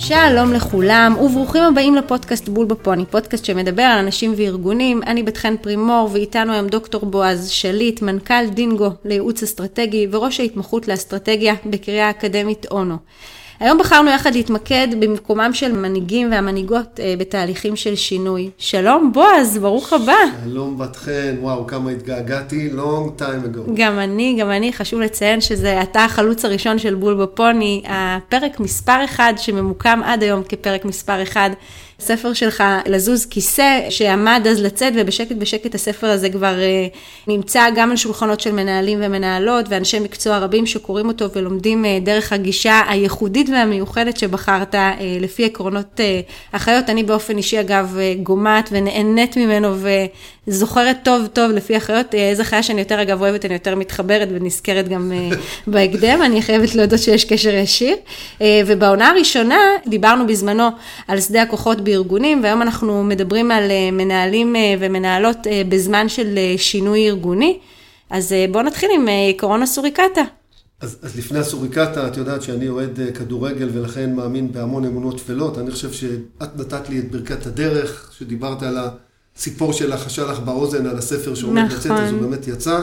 שלום לכולם וברוכים הבאים לפודקאסט בול בפוני, פודקאסט שמדבר על אנשים וארגונים. אני בת חן פרימור ואיתנו היום דוקטור בועז שליט, מנכ"ל דינגו לייעוץ אסטרטגי וראש ההתמחות לאסטרטגיה בקריה האקדמית אונו. היום בחרנו יחד להתמקד במקומם של מנהיגים והמנהיגות בתהליכים של שינוי. שלום בועז, ברוך הבא. שלום בת חן, וואו כמה התגעגעתי, long time ago. גם אני, חשוב לציין שזה אתה החלוץ הראשון של בול בפוני, הפרק מספר 1 שממוקם עד היום כפרק מספר 1, ספר שלך לזוז כיסא שעמד אז לצאת, ובשקט בשקט הספר הזה כבר נמצא גם על שולחנות של מנהלים ומנהלות ואנשי מקצוע רבים שקוראים אותו ולומדים דרך הגישה הייחודית והמיוחדת שבחרת לפי עקרונות החיות. אני באופן אישי אגב גומעת ונהנית ממנו וזוכרת טוב טוב לפי החיות. איזה חיה שאני יותר אגב אוהבת, אני יותר מתחברת ונזכרת גם בהקדם. אני חייבת להודות שיש קשר ישיר. ובעונה הראשונה דיברנו בזמנו על שדה הכוחות בארגונים, והיום אנחנו מדברים על מנהלים ומנהלות בזמן של שינוי ארגוני. אז בואו נתחיל עם עקרון הסוריקטה. אז לפני הסוריקטה, את יודעת שאני אוהד כדורגל ולכן מאמין בהמון אמונות תפלות. אני חושב שאת נתת לי את ברכת הדרך, שדיברת על הציפור שלך, חשה לך באוזן, על הספר שעומד לצאת, אז הוא באמת יצא.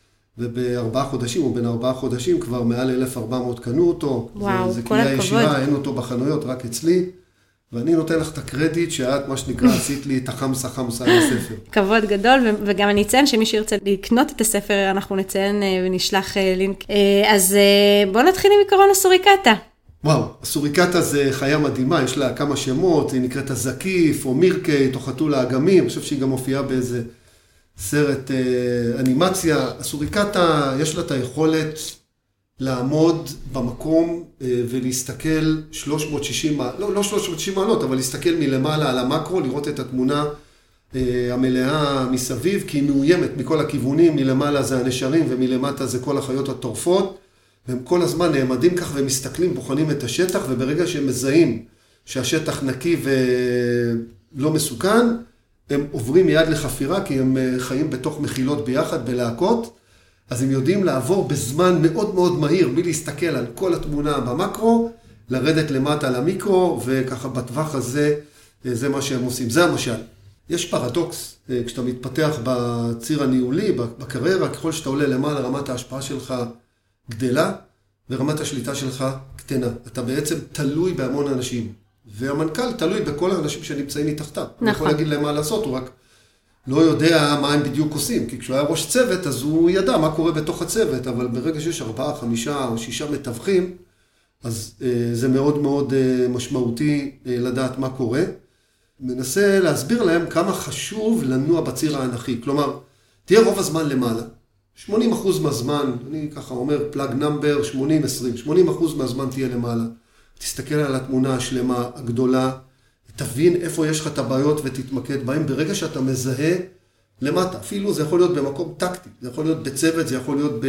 וב4 חודשים, או בין 4 חודשים, כבר מעל 1,400 קנו אותו. וואו, זה כל הכבוד. קנייה ישירה, אין אותו בחנויות, רק אצלי. ואני נותן לך את הקרדיט שאת, מה שנקרא, עשית לי את החמסה על הספר. כבוד גדול, וגם אני אציין שמי שירצה לקנות את הספר, אנחנו נציין ונשלח לינק. אז בואו נתחיל עם עקרון הסוריקטה. וואו, הסוריקטה זה חיה מדהימה, יש לה כמה שמות, היא נקראת הזקיף, או מירקייט, או חתול האגמים, אני חושב שהיא גם מופיעה באיזה סרט אנימציה. הסוריקטה, יש לה את היכולת לעמוד במקום ולהסתכל 360, לא 360 מעלות, אבל להסתכל מלמעלה על המקרו, לראות את התמונה המלאה מסביב, כי היא מאוימת מכל הכיוונים, מלמעלה זה הנשרים ומלמטה זה כל החיות הטורפות, והם כל הזמן נעמדים כך ומסתכלים, בוחנים את השטח, וברגע שהם מזהים שהשטח נקי ולא מסוכן, הם עוברים מיד לחפירה, כי הם חיים בתוך מחילות ביחד, בלהקות, אז הם יודעים לעבור בזמן מאוד מאוד מהיר, בלי להסתכל על כל התמונה במקרו, לרדת למטה למיקרו, וככה בטווח הזה, זה מה שהם עושים. זה המשל. יש פרדוקס, כשאתה מתפתח בציר הניהולי, בקריירה, ככל שאתה עולה למעלה, רמת ההשפעה שלך גדלה, ורמת השליטה שלך קטנה. אתה בעצם תלוי בהמון אנשים, והמנכ"ל תלוי בכל האנשים שנמצאים מתחתיו. נכון. הוא יכול להגיד להם מה לעשות, הוא רק לא יודע מה הם בדיוק עושים, כי כשהוא היה ראש צוות, אז הוא ידע מה קורה בתוך הצוות, אבל ברגע שיש 4, 5 או 6 מתווכים, אז זה מאוד מאוד משמעותי לדעת מה קורה. מנסה להסביר להם כמה חשוב לנוע בציר האנכי, כלומר, תהיה רוב הזמן למעלה. 80% מהזמן, אני ככה אומר, פלאג נאמבר, 80-20, 80% מהזמן תהיה למעלה. תסתכל על התמונה השלמה, הגדולה, תבין איפה יש לך את הבעיות ותתמקד בהם. ברגע שאתה מזהה למטה, אפילו זה יכול להיות במקום טקטי, זה יכול להיות בצוות, זה יכול להיות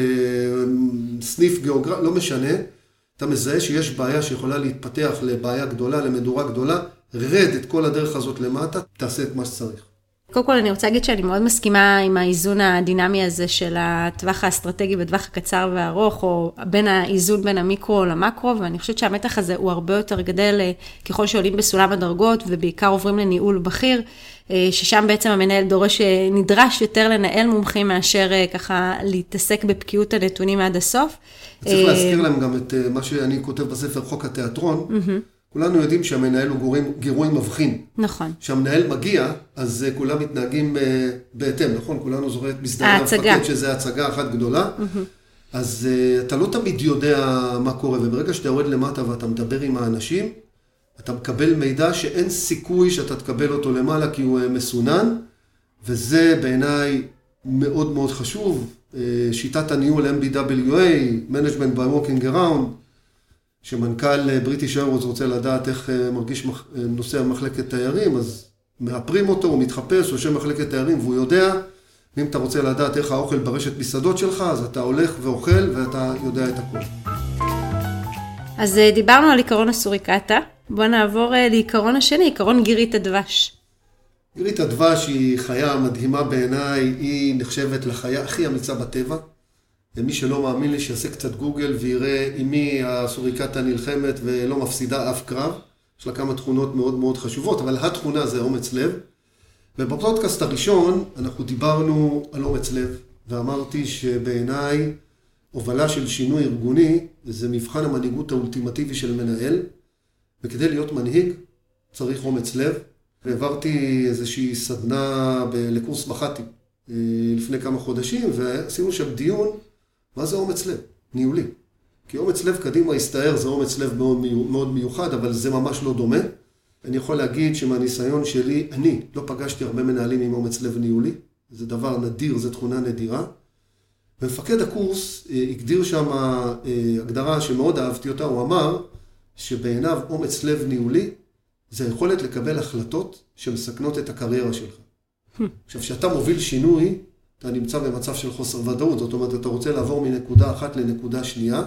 בסניף גיאוגרפי, לא משנה. אתה מזהה שיש בעיה שיכולה להתפתח לבעיה גדולה, למדורה גדולה, רד את כל הדרך הזאת למטה, תעשה את מה שצריך. קודם כל אני רוצה להגיד שאני מאוד מסכימה עם האיזון הדינמי הזה של הטווח האסטרטגי בטווח הקצר והארוך, או בין האיזון בין המיקרו למקרו, ואני חושבת שהמתח הזה הוא הרבה יותר גדל ככל שעולים בסולם הדרגות, ובעיקר עוברים לניהול בכיר, ששם בעצם המנהל נדרש יותר לנהל מומחים מאשר ככה להתעסק בבקיאות הנתונים עד הסוף. צריך להזכיר להם גם את מה שאני כותב בספר חוק התיאטרון, כולנו יודעים שהמנהל הוא גירוי מבחין. נכון. כשהמנהל מגיע, אז כולם מתנהגים בהתאם, נכון? כולנו זוכרים את מסדר המפקד, שזה הצגה אחת גדולה. אז אתה לא תמיד יודע מה קורה, וברגע שאתה יורד למטה ואתה מדבר עם האנשים, אתה מקבל מידע שאין סיכוי שאתה תקבל אותו למעלה, כי הוא מסונן, וזה בעיניי מאוד מאוד חשוב. שיטת הניהול MBWA, Management by Walking Around, שמנכ"ל בריטיש איירווייז רוצה לדעת איך מרגיש נושא מחלקת תיירים, אז מאפרים אותו, הוא מתחפש, הוא יושב מחלקת תיירים והוא יודע, אם אתה רוצה לדעת איך האוכל ברשת מסעדות שלך, אז אתה הולך ואוכל ואתה יודע את הכל. אז דיברנו על עיקרון הסוריקטה, בוא נעבור לעיקרון השני, עיקרון גירית הדבש. גירית הדבש היא חיה מדהימה בעיניי, היא נחשבת לחיה הכי אמיצה בטבע. ומי שלא מאמין לי שיעשה קצת גוגל ויראה עם מי הסוריקטה נלחמת ולא מפסידה אף קרב. יש לה כמה תכונות מאוד מאוד חשובות, אבל התכונה זה אומץ לב. ובפודקאסט הראשון אנחנו דיברנו על אומץ לב, ואמרתי שבעיניי הובלה של שינוי ארגוני זה מבחן המנהיגות האולטימטיבי של מנהל, וכדי להיות מנהיג צריך אומץ לב. והעברתי איזושהי סדנה לקורס מח"טים לפני כמה חודשים, ועשינו שם דיון מה זה אומץ לב, ניהולי. כי אומץ לב קדימה הסתער, זה אומץ לב מאוד, מאוד מיוחד, אבל זה ממש לא דומה. אני יכול להגיד שמהניסיון שלי, אני לא פגשתי הרבה מנהלים עם אומץ לב ניהולי. זה דבר נדיר, זה תכונה נדירה. ומפקד הקורס הגדיר שם הגדרה שמאוד אהבתי אותה, הוא אמר שבעיניו אומץ לב ניהולי, זה היכולת לקבל החלטות שמסכנות את הקריירה שלך. עכשיו, כשאתה מוביל שינוי, אתה נמצא במצב של חוסר ודאות, זאת אומרת, אתה רוצה לעבור מנקודה אחת לנקודה שנייה,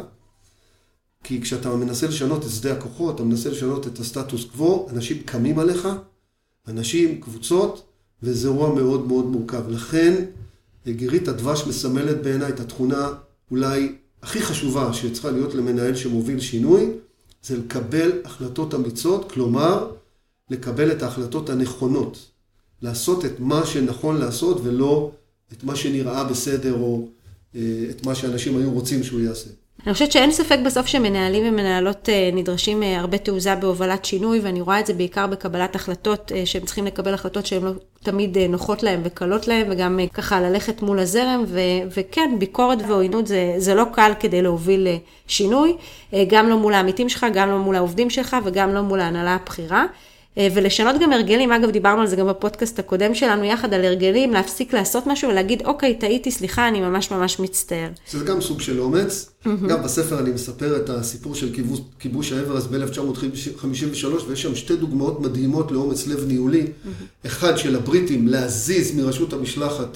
כי כשאתה מנסה לשנות את שדה הכוחות, אתה מנסה לשנות את הסטטוס קוו, אנשים קמים עליך, אנשים, קבוצות, וזה אירוע מאוד מאוד מורכב. לכן, גירית הדבש מסמלת בעיניי את התכונה אולי הכי חשובה שצריכה להיות למנהל שמוביל שינוי, זה לקבל החלטות אמיצות, כלומר, לקבל את ההחלטות הנכונות. לעשות את מה שנכון לעשות ולא את מה שנראה בסדר או את מה שאנשים היו רוצים שהוא יעשה. אני חושבת שאין ספק בסוף שמנהלים ומנהלות נדרשים הרבה תעוזה בהובלת שינוי, ואני רואה את זה בעיקר בקבלת החלטות, שהם צריכים לקבל החלטות שהן לא תמיד נוחות להם וקלות להם, וגם ככה ללכת מול הזרם, וכן, ביקורת ועוינות זה לא קל כדי להוביל שינוי, גם לא מול העמיתים שלך, גם לא מול העובדים שלך, וגם לא מול ההנהלה הבכירה. ולשנות גם הרגלים, אגב דיברנו על זה גם בפודקאסט הקודם שלנו יחד על הרגלים, להפסיק לעשות משהו ולהגיד אוקיי, טעיתי, סליחה, אני ממש ממש מצטער. זה גם סוג של אומץ. גם בספר אני מספר את הסיפור של כיבוש האברסט ב-1953, ויש שם שתי דוגמאות מדהימות לאומץ לב ניהולי. אחד של הבריטים להזיז מרשות המשלחת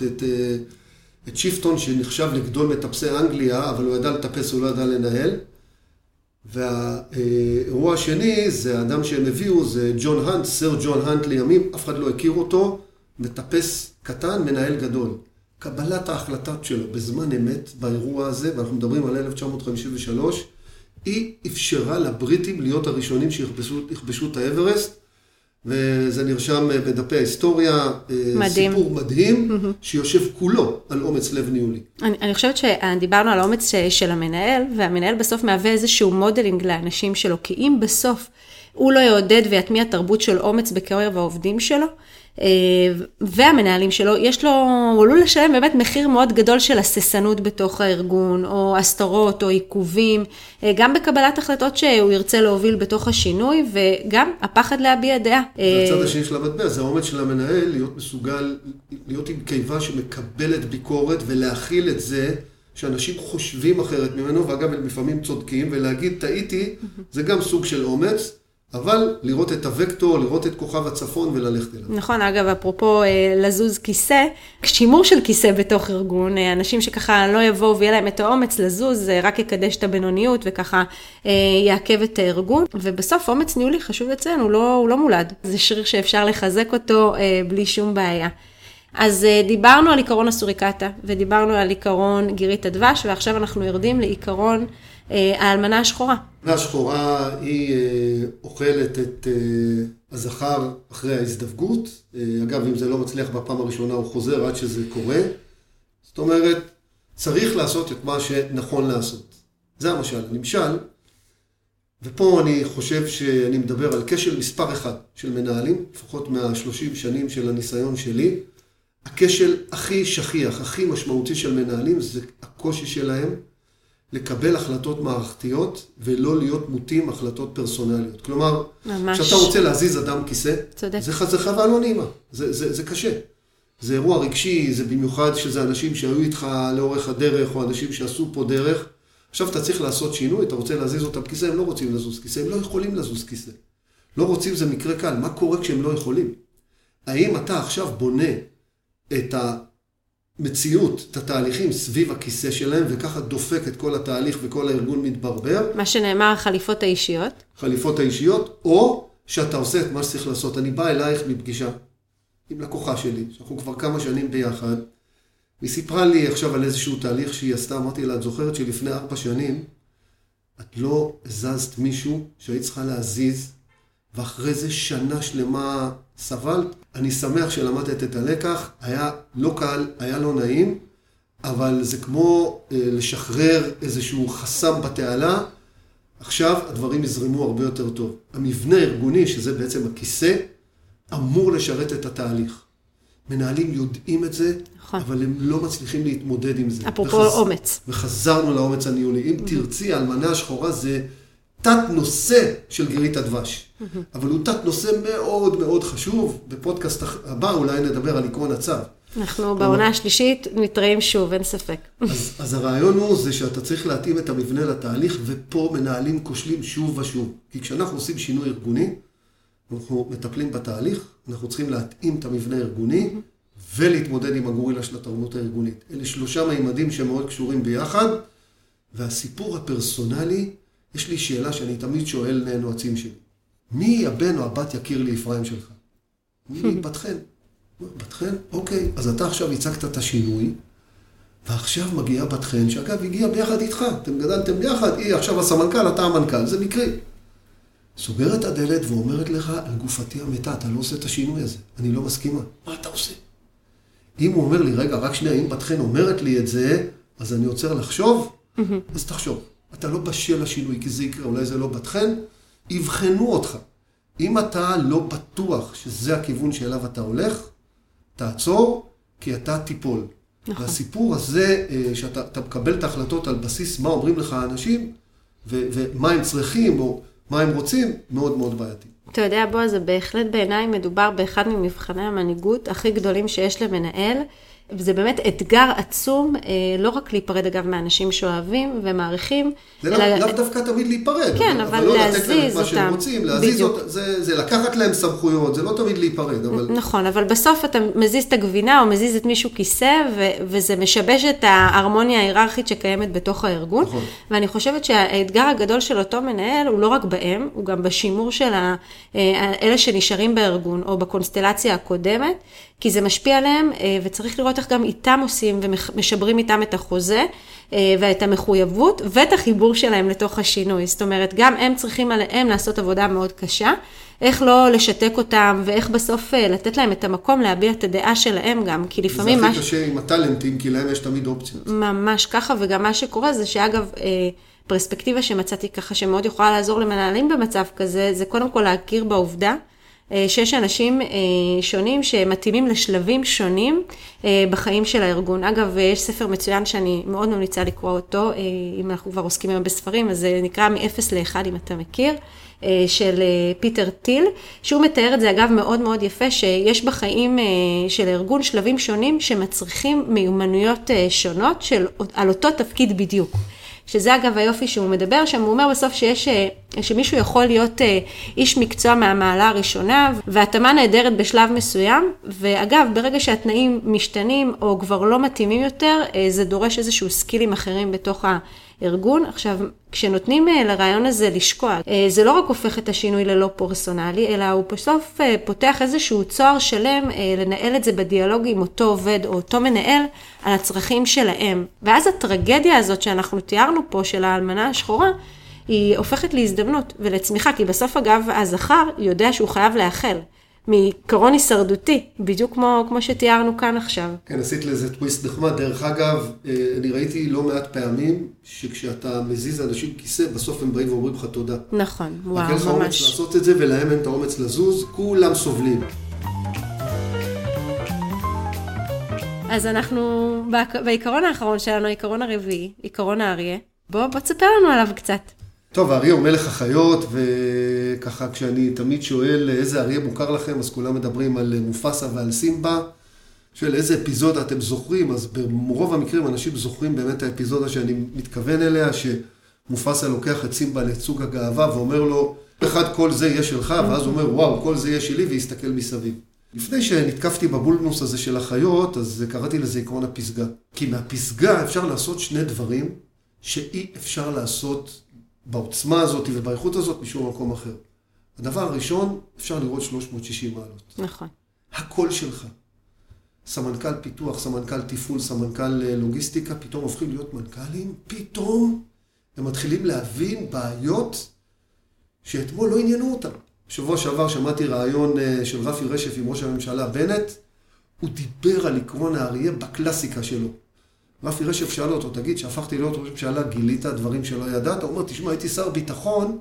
את שיפטון, שנחשב לגדול מטפסי אנגליה, אבל הוא ידע לטפס, הוא לא ידע לנהל. והאירוע השני, זה האדם שהם הביאו, זה ג'ון הנט, סר ג'ון הנט לימים, אף אחד לא הכיר אותו, מטפס קטן, מנהל גדול. קבלת ההחלטות שלו בזמן אמת באירוע הזה, ואנחנו מדברים על 1953, היא אפשרה לבריטים להיות הראשונים שיכבשו את האברסט, וזה נרשם בדפי ההיסטוריה, מדהים. סיפור מדהים, שיושב כולו על אומץ לב ניהולי. אני חושבת שדיברנו על האומץ של המנהל, והמנהל בסוף מהווה איזשהו מודלינג לאנשים שלו, כי אם בסוף הוא לא יעודד ויטמיע תרבות של אומץ בקרב העובדים שלו, והמנהלים שלו, הוא עלול לשלם באמת מחיר מאוד גדול של הססנות בתוך הארגון, או הסתרות, או עיכובים, גם בקבלת החלטות שהוא ירצה להוביל בתוך השינוי, וגם הפחד להביע דעה. הצד השני של המטבע, זה האומץ של המנהל להיות מסוגל, להיות עם קיבה שמקבלת ביקורת, ולהכיל את זה שאנשים חושבים אחרת ממנו, ואגב, הם לפעמים צודקים, ולהגיד, טעיתי, זה גם סוג של אומץ, אבל לראות את הוקטור, לראות את כוכב הצפון וללכת אליו. נכון, אגב, אפרופו לזוז כיסא, שימור של כיסא בתוך ארגון, אנשים שככה לא יבואו ויהיה להם את האומץ לזוז, רק יקדש את הבינוניות וככה יעכב את הארגון, ובסוף אומץ ניהולי חשוב לציין, הוא לא מולד. זה שריר שאפשר לחזק אותו בלי שום בעיה. אז דיברנו על עיקרון הסוריקטה, ודיברנו על עיקרון גירית הדבש, ועכשיו אנחנו יורדים לעיקרון האלמנה השחורה. האלמנה השחורה היא אוכלת את הזכר אחרי ההזדווגות. אגב, אם זה לא מצליח בפעם הראשונה, הוא חוזר עד שזה קורה. זאת אומרת, צריך לעשות את מה שנכון לעשות. זה המשל. למשל, ופה אני חושב שאני מדבר על כשל מספר אחד של מנהלים, לפחות מה-30 שנים של הניסיון שלי. הכשל הכי שכיח, הכי משמעותי של מנהלים, זה הקושי שלהם לקבל החלטות מערכתיות, ולא להיות מוטים החלטות פרסונליות. כלומר, כשאתה רוצה להזיז אדם כיסא, זה חוויה לא נעימה, זה קשה. זה אירוע רגשי, זה במיוחד שזה אנשים שהיו איתך לאורך הדרך, או אנשים שעשו פה דרך. עכשיו אתה צריך לעשות שינוי, אתה רוצה להזיז אותם כיסא, הם לא רוצים לזוז כיסא, הם לא יכולים לזוז כיסא. לא רוצים, זה מקרה קל. מה קורה כשהם לא יכולים? האם אתה עכשיו בונה את המציאות, את התהליכים סביב הכיסא שלהם, וככה דופק את כל התהליך וכל הארגון מתברבר? מה שנאמר, חליפות האישיות. חליפות האישיות, או שאתה עושה את מה שצריך לעשות. אני בא אלייך מפגישה עם לקוחה שלי, שאנחנו כבר כמה שנים ביחד, והיא סיפרה לי עכשיו על איזשהו תהליך שהיא עשתה, אמרתי לה, את זוכרת שלפני 4 שנים, את לא הזזת מישהו שהיית צריכה להזיז, ואחרי זה שנה שלמה סבלת. אני שמח שלמדת את הלקח, היה לא קל, היה לא נעים, אבל זה כמו לשחרר איזשהו חסם בתעלה, עכשיו הדברים יזרמו הרבה יותר טוב. המבנה הארגוני, שזה בעצם הכיסא, אמור לשרת את התהליך. מנהלים יודעים את זה, נכון. אבל הם לא מצליחים להתמודד עם זה. אפרופו אומץ. וחזרנו לאומץ הניהולי. אם תרצי, האלמנה השחורה זה תת נושא של גרית הדבש. אבל הוא תת נושא מאוד מאוד חשוב. בפודקאסט הבא אולי נדבר על עקרון הצו. אנחנו בעונה השלישית מתראים שוב, אין ספק. אז הרעיון הוא זה שאתה צריך להתאים את המבנה לתהליך, ופה מנהלים כושלים שוב ושוב. כי כשאנחנו עושים שינוי ארגוני, אנחנו מטפלים בתהליך, אנחנו צריכים להתאים את המבנה הארגוני, ולהתמודד עם הגורילה של התרבות הארגונית. אלה 3 מימדים שמאוד קשורים ביחד, והסיפור הפרסונלי, יש לי שאלה שאני תמיד שואל נועצים שלי. מי הבן או הבת יכיר לי אפרים שלך? מי בת חן? בת חן? אוקיי, אז אתה עכשיו הצגת את השינוי, ועכשיו מגיעה בת חן, שאגב הגיעה ביחד איתך, אתם גדלתם ביחד, היא עכשיו הסמנכ"ל, אתה המנכ"ל, זה מקרי. סוגרת הדלת ואומרת לך, על גופתי המתה, אתה לא עושה את השינוי הזה, אני לא מסכימה. מה אתה עושה? אם הוא אומר לי, רגע, רק שנייה, אם בת חן אומרת לי את זה, אז אני עוצר לחשוב, אז תחשוב. אתה לא בשל לשינוי, כי זה יקרה, אולי זה לא בת חן, יבחנו אותך. אם אתה לא בטוח שזה הכיוון שאליו אתה הולך, תעצור, כי אתה תיפול. נכון. והסיפור הזה, שאתה מקבל את ההחלטות על בסיס מה אומרים לך האנשים, ומה הם צריכים, או מה הם רוצים, מאוד מאוד בעייתי. אתה יודע, בועז, זה בהחלט בעיניי מדובר באחד ממבחני המנהיגות הכי גדולים שיש למנהל, וזה באמת אתגר עצום, לא רק להיפרד אגב מאנשים שאוהבים ומעריכים. זה לאו דווקא תמיד להיפרד. כן, אבל לא להזיז לתת להם את מה שהם רוצים, להזיז אותם, זה לקחת להם סמכויות, זה לא תמיד להיפרד. נכון, אבל בסוף אתה מזיז את הגבינה או מזיז את מישהו כיסא, וזה משבש את ההרמוניה ההיררכית שקיימת בתוך הארגון. נכון. ואני חושבת שהאתגר הגדול של אותו מנהל הוא לא רק בהם, הוא גם בשימור של אלה שנשארים בארגון או בקונסטלציה הקודמת, כי זה משפיע עליהם, וצריך לראות איך גם איתם עושים ומשברים איתם את החוזה, ואת המחויבות, ואת החיבור שלהם לתוך השינוי. זאת אומרת, גם הם צריכים עליהם לעשות עבודה מאוד קשה, איך לא לשתק אותם, ואיך בסוף לתת להם את המקום להביע את הדעה שלהם גם, כי לפעמים... זה הכי קשה עם הטלנטים, כי להם יש תמיד אופציות. ממש ככה, וגם מה שקורה זה שאגב, פרספקטיבה שמצאתי ככה, שמאוד יכולה לעזור למנהלים במצב כזה, זה קודם כל להכיר בעובדה, שיש אנשים שונים שמתאימים לשלבים שונים בחיים של הארגון. אגב, יש ספר מצוין שאני מאוד ממליצה לקרוא אותו, אם אנחנו כבר עוסקים היום בספרים, אז זה נקרא מ-0 ל-1, אם אתה מכיר, של פיטר טיל, שהוא מתאר את זה אגב מאוד מאוד יפה, שיש בחיים של הארגון שלבים שונים שמצריכים מיומנויות שונות על אותו תפקיד בדיוק. שזה אגב היופי שהוא מדבר שם, הוא אומר בסוף שמישהו יכול להיות איש מקצוע מהמעלה הראשונה, והתאמה נהדרת בשלב מסוים, ואגב, ברגע שהתנאים משתנים או כבר לא מתאימים יותר, זה דורש איזשהו סקילים אחרים בתוך הארגון. עכשיו, כשנותנים לרעיון הזה לשקוע, זה לא רק הופך את השינוי ללא פרסונלי, אלא הוא בסוף פותח איזשהו צוהר שלם לנהל את זה בדיאלוג עם אותו עובד או אותו מנהל על הצרכים שלהם. ואז הטרגדיה הזאת שאנחנו תיארנו פה של האלמנה השחורה, היא הופכת להזדמנות ולצמיחה, כי בסוף אגב הזכר יודע שהוא חייב לאחל. מעיקרון הישרדותי, בדיוק כמו שתיארנו כאן עכשיו. כן, עשית לזה טוויסט נחמד. דרך אגב, אני ראיתי לא מעט פעמים שכשאתה מזיז אנשים כיסא, בסוף הם באים ואומרים לך תודה. נכון, וואו, ממש. רק לך אומץ לעשות את זה, ולהם אין את האומץ לזוז, כולם סובלים. אז אנחנו, בעיקרון האחרון שלנו, העיקרון הרביעי, עיקרון האריה, בוא תספר לנו עליו קצת. טוב, האריה הוא מלך החיות, וככה כשאני תמיד שואל איזה אריה מוכר לכם, אז כולם מדברים על מופסה ועל סימבה. שואל איזה אפיזודה אתם זוכרים, אז ברוב המקרים אנשים זוכרים באמת האפיזודה שאני מתכוון אליה, שמופסה לוקח את סימבה לצוג הגאווה ואומר לו, אחד כל זה יהיה שלך, ואז הוא אומר וואו, כל זה יהיה שלי, ויסתכל מסביב. לפני שנתקפתי בבולמוס הזה של החיות, אז קראתי לזה עקרון הפסגה. כי מהפסגה אפשר לעשות שני דברים שאי אפשר לעשות בעוצמה הזאת ובאיכות הזאת משום מקום אחר. הדבר הראשון, אפשר לראות 360 מעלות. נכון. הכל שלך. סמנכ"ל פיתוח, סמנכ"ל תפעול, סמנכ"ל לוגיסטיקה, פתאום הופכים להיות מנכ"לים, פתאום הם מתחילים להבין בעיות שאתמול לא עניינו אותם. שבוע שעבר שמעתי רעיון של רפי רשף עם ראש הממשלה בנט, הוא דיבר על עקרון האריה בקלאסיקה שלו. רפי רשף שאל אותו, תגיד, שהפכתי להיות ראש הממשלה, גילית דברים שלא ידעת? הוא אומר, תשמע, הייתי שר ביטחון,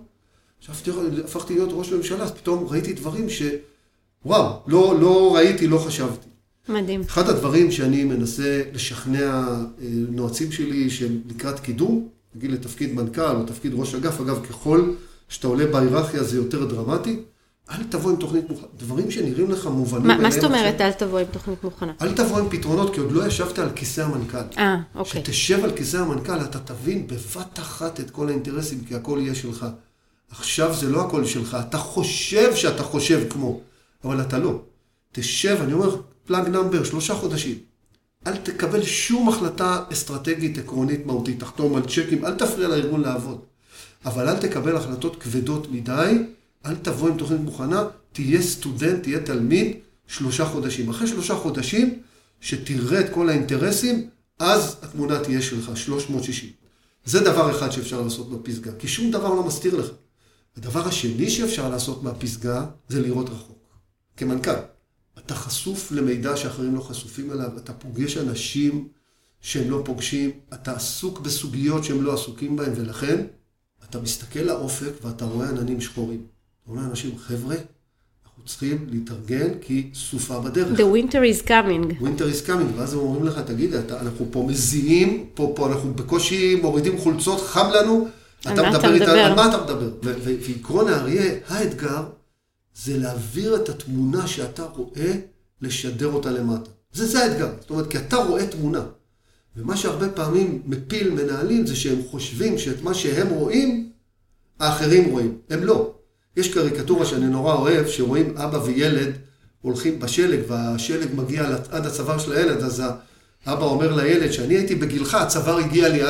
שהפכתי להיות ראש הממשלה, אז פתאום ראיתי דברים וואו, לא ראיתי, לא חשבתי. מדהים. אחד הדברים שאני מנסה לשכנע נועצים שלי שהם לקראת קידום, נגיד לתפקיד מנכ"ל או תפקיד ראש אגף, אגב, ככל שאתה עולה בהיררכיה זה יותר דרמטי, אל תבוא עם תוכנית מוכנה, דברים שנראים לך מובנים. מה זאת אומרת אל תבוא עם תוכנית מוכנה? אל תבוא עם פתרונות, כי עוד לא ישבת על כיסא המנכ"ל. אוקיי. שתשב על כיסא המנכ"ל, אתה תבין בבת אחת את כל האינטרסים, כי הכל יהיה שלך. עכשיו זה לא הכל שלך, אתה חושב שאתה חושב כמו, אבל אתה לא. תשב, אני אומר, פלאג נאמבר, 3 חודשים. אל תקבל שום החלטה אסטרטגית, עקרונית, מהותית, תחתום על צ'קים, אל תפריע לארגון לעבוד. אבל אל תקבל החלטות כבדות מדי, אל תבוא עם תוכנית מוכנה, תהיה סטודנט, תהיה תלמיד, 3 חודשים. אחרי 3 חודשים, שתראה את כל האינטרסים, אז התמונה תהיה שלך, 360. זה דבר אחד שאפשר לעשות בפסגה, כי שום דבר לא מסתיר לך. הדבר השני שאפשר לעשות מהפסגה, זה לראות רחוק. כמנכ"ל, אתה חשוף למידע שאחרים לא חשופים אליו, אתה פוגש אנשים שהם לא פוגשים, אתה עסוק בסוגיות שהם לא עסוקים בהן, ולכן אתה מסתכל לאופק ואתה רואה עננים שחורים. אתה אומר לאנשים, חבר'ה, אנחנו צריכים להתארגן כי סופה בדרך. The winter is coming. winter is coming, ואז הם אומרים לך, תגיד, אנחנו פה מזיעים, פה אנחנו בקושי מורידים חולצות, חם לנו, אתה מדבר איתנו, על מה אתה מדבר? ועקרון האריה, האתגר, זה להעביר את התמונה שאתה רואה, לשדר אותה למטה. זה האתגר. זאת אומרת, כי אתה רואה תמונה. ומה שהרבה פעמים מפיל מנהלים, זה שהם חושבים שאת מה שהם רואים, האחרים רואים. הם לא. יש קריקטורה שאני נורא אוהב, שרואים אבא וילד הולכים בשלג, והשלג מגיע עד הצוואר של הילד, אז האבא אומר לילד, שאני הייתי בגילך, הצוואר הגיע לי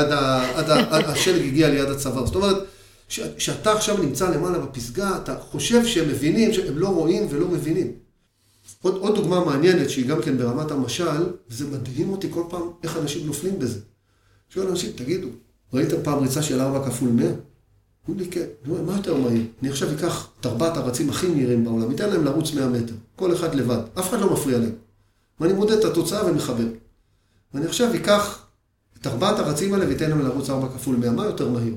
השלג הגיע לי עד הצוואר. זאת אומרת, שאתה עכשיו נמצא למעלה בפסגה, אתה חושב שהם מבינים, שהם לא רואים ולא מבינים. עוד דוגמה מעניינת, שהיא גם כן ברמת המשל, וזה מדהים אותי כל פעם איך אנשים נופלים בזה. שואל אנשים, תגידו, ראיתם פעם ריצה של 4 כפול 100? הוא לי, כן, מה יותר מהיר? אני עכשיו אקח את 4 הרצים הכי מהירים בעולם, ניתן להם לרוץ 100 מטר, כל אחד לבד, אף אחד לא מפריע להם. ואני מודד את התוצאה ומחבר. ואני עכשיו אקח את 4 הרצים האלה וניתן להם לרוץ 4 כפול 100, מה יותר מהיר?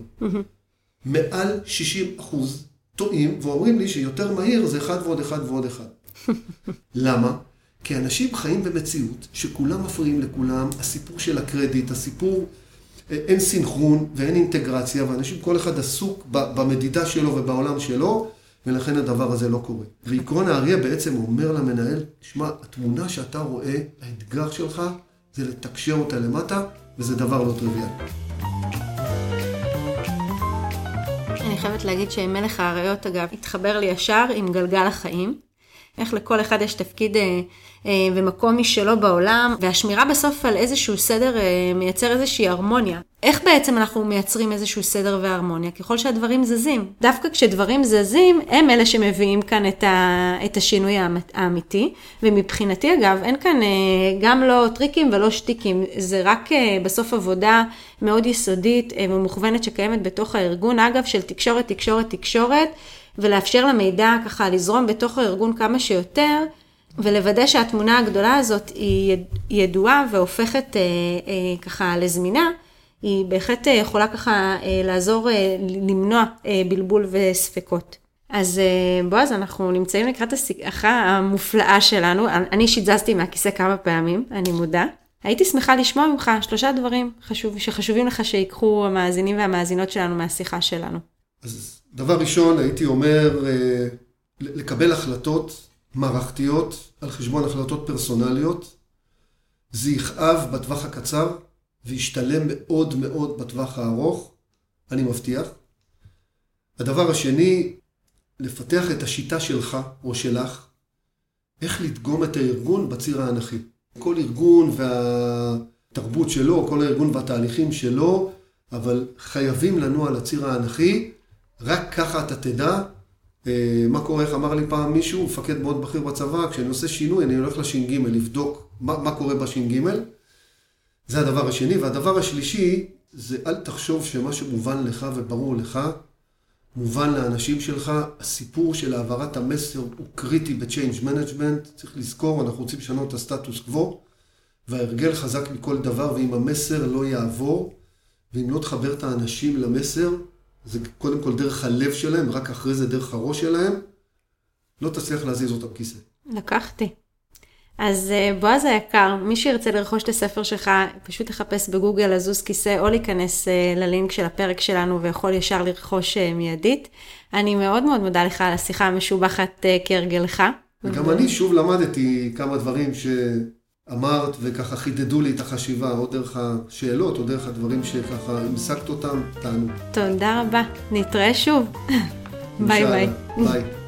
מעל 60% טועים ואומרים לי שיותר מהיר זה 1 ועוד 1 ועוד 1. למה? כי אנשים חיים במציאות שכולם מפריעים לכולם, הסיפור של הקרדיט, הסיפור, אין סינכרון ואין אינטגרציה, ואנשים כל אחד עסוק במדידה שלו ובעולם שלו, ולכן הדבר הזה לא קורה. ועקרון האריה בעצם אומר למנהל, תשמע, התמונה שאתה רואה, האתגר שלך, זה לתקשר אותה למטה, וזה דבר לא טריוויאלי. אני חייבת להגיד שמלך האריות, אגב, התחבר לי ישר עם גלגל החיים. איך לכל אחד יש תפקיד ומקום משלו בעולם, והשמירה בסוף על איזשהו סדר מייצר איזושהי הרמוניה. איך בעצם אנחנו מייצרים איזשהו סדר והרמוניה? ככל שהדברים זזים. דווקא כשדברים זזים, הם אלה שמביאים כאן את השינוי האמיתי, ומבחינתי אגב, אין כאן גם לא טריקים ולא שטיקים, זה רק בסוף עבודה מאוד יסודית ומוכוונת שקיימת בתוך הארגון, אגב של תקשורת, ולאפשר למידע ככה לזרום בתוך הארגון כמה שיותר, ולוודא שהתמונה הגדולה הזאת היא ידועה והופכת ככה לזמינה, היא בהחלט יכולה ככה לעזור למנוע בלבול וספקות. אז בועז, אנחנו נמצאים לקראת השיחה המופלאה שלנו, אני שיזזתי מהכיסא כמה פעמים, אני מודה. הייתי שמחה לשמוע ממך 3 דברים שחשובים לך שיקחו המאזינים והמאזינות שלנו מהשיחה שלנו. אז דבר ראשון, הייתי אומר, לקבל החלטות מערכתיות על חשבון החלטות פרסונליות, זה יכאב בטווח הקצר, וישתלם מאוד מאוד בטווח הארוך, אני מבטיח. הדבר השני, לפתח את השיטה שלך או שלך, איך לדגום את הארגון בציר האנכי. כל ארגון והתרבות שלו, כל הארגון והתהליכים שלו, אבל חייבים לנוע לציר האנכי, רק ככה אתה תדע מה קורה, איך אמר לי פעם מישהו, מפקד מאוד בכיר בצבא, כשאני עושה שינוי, אני הולך לש"ג, לבדוק מה קורה בש"ג. זה הדבר השני. והדבר השלישי, זה אל תחשוב שמה שמובן לך וברור לך, מובן לאנשים שלך. הסיפור של העברת המסר הוא קריטי ב-Change Management. צריך לזכור, אנחנו רוצים לשנות את הסטטוס קוו, וההרגל חזק מכל דבר, ואם המסר לא יעבור, ואם לא תחבר את האנשים למסר, זה קודם כל דרך הלב שלהם, רק אחרי זה דרך הראש שלהם, לא תצליח להזיז אותם כיסא. לקחתי. אז בועז היקר, מי שירצה לרכוש את הספר שלך, פשוט תחפש בגוגל לזוז כיסא, או להיכנס ללינק של הפרק שלנו, ויכול ישר לרכוש מיידית. אני מאוד מאוד מודה לך על השיחה המשובחת כהרגלך. וגם אני שוב למדתי כמה דברים שאמרת, וככה חידדו לי את החשיבה, או דרך השאלות, או דרך הדברים שככה המסקת אותם, תענו. תודה רבה. נתראה שוב. ביי ביי. ביי.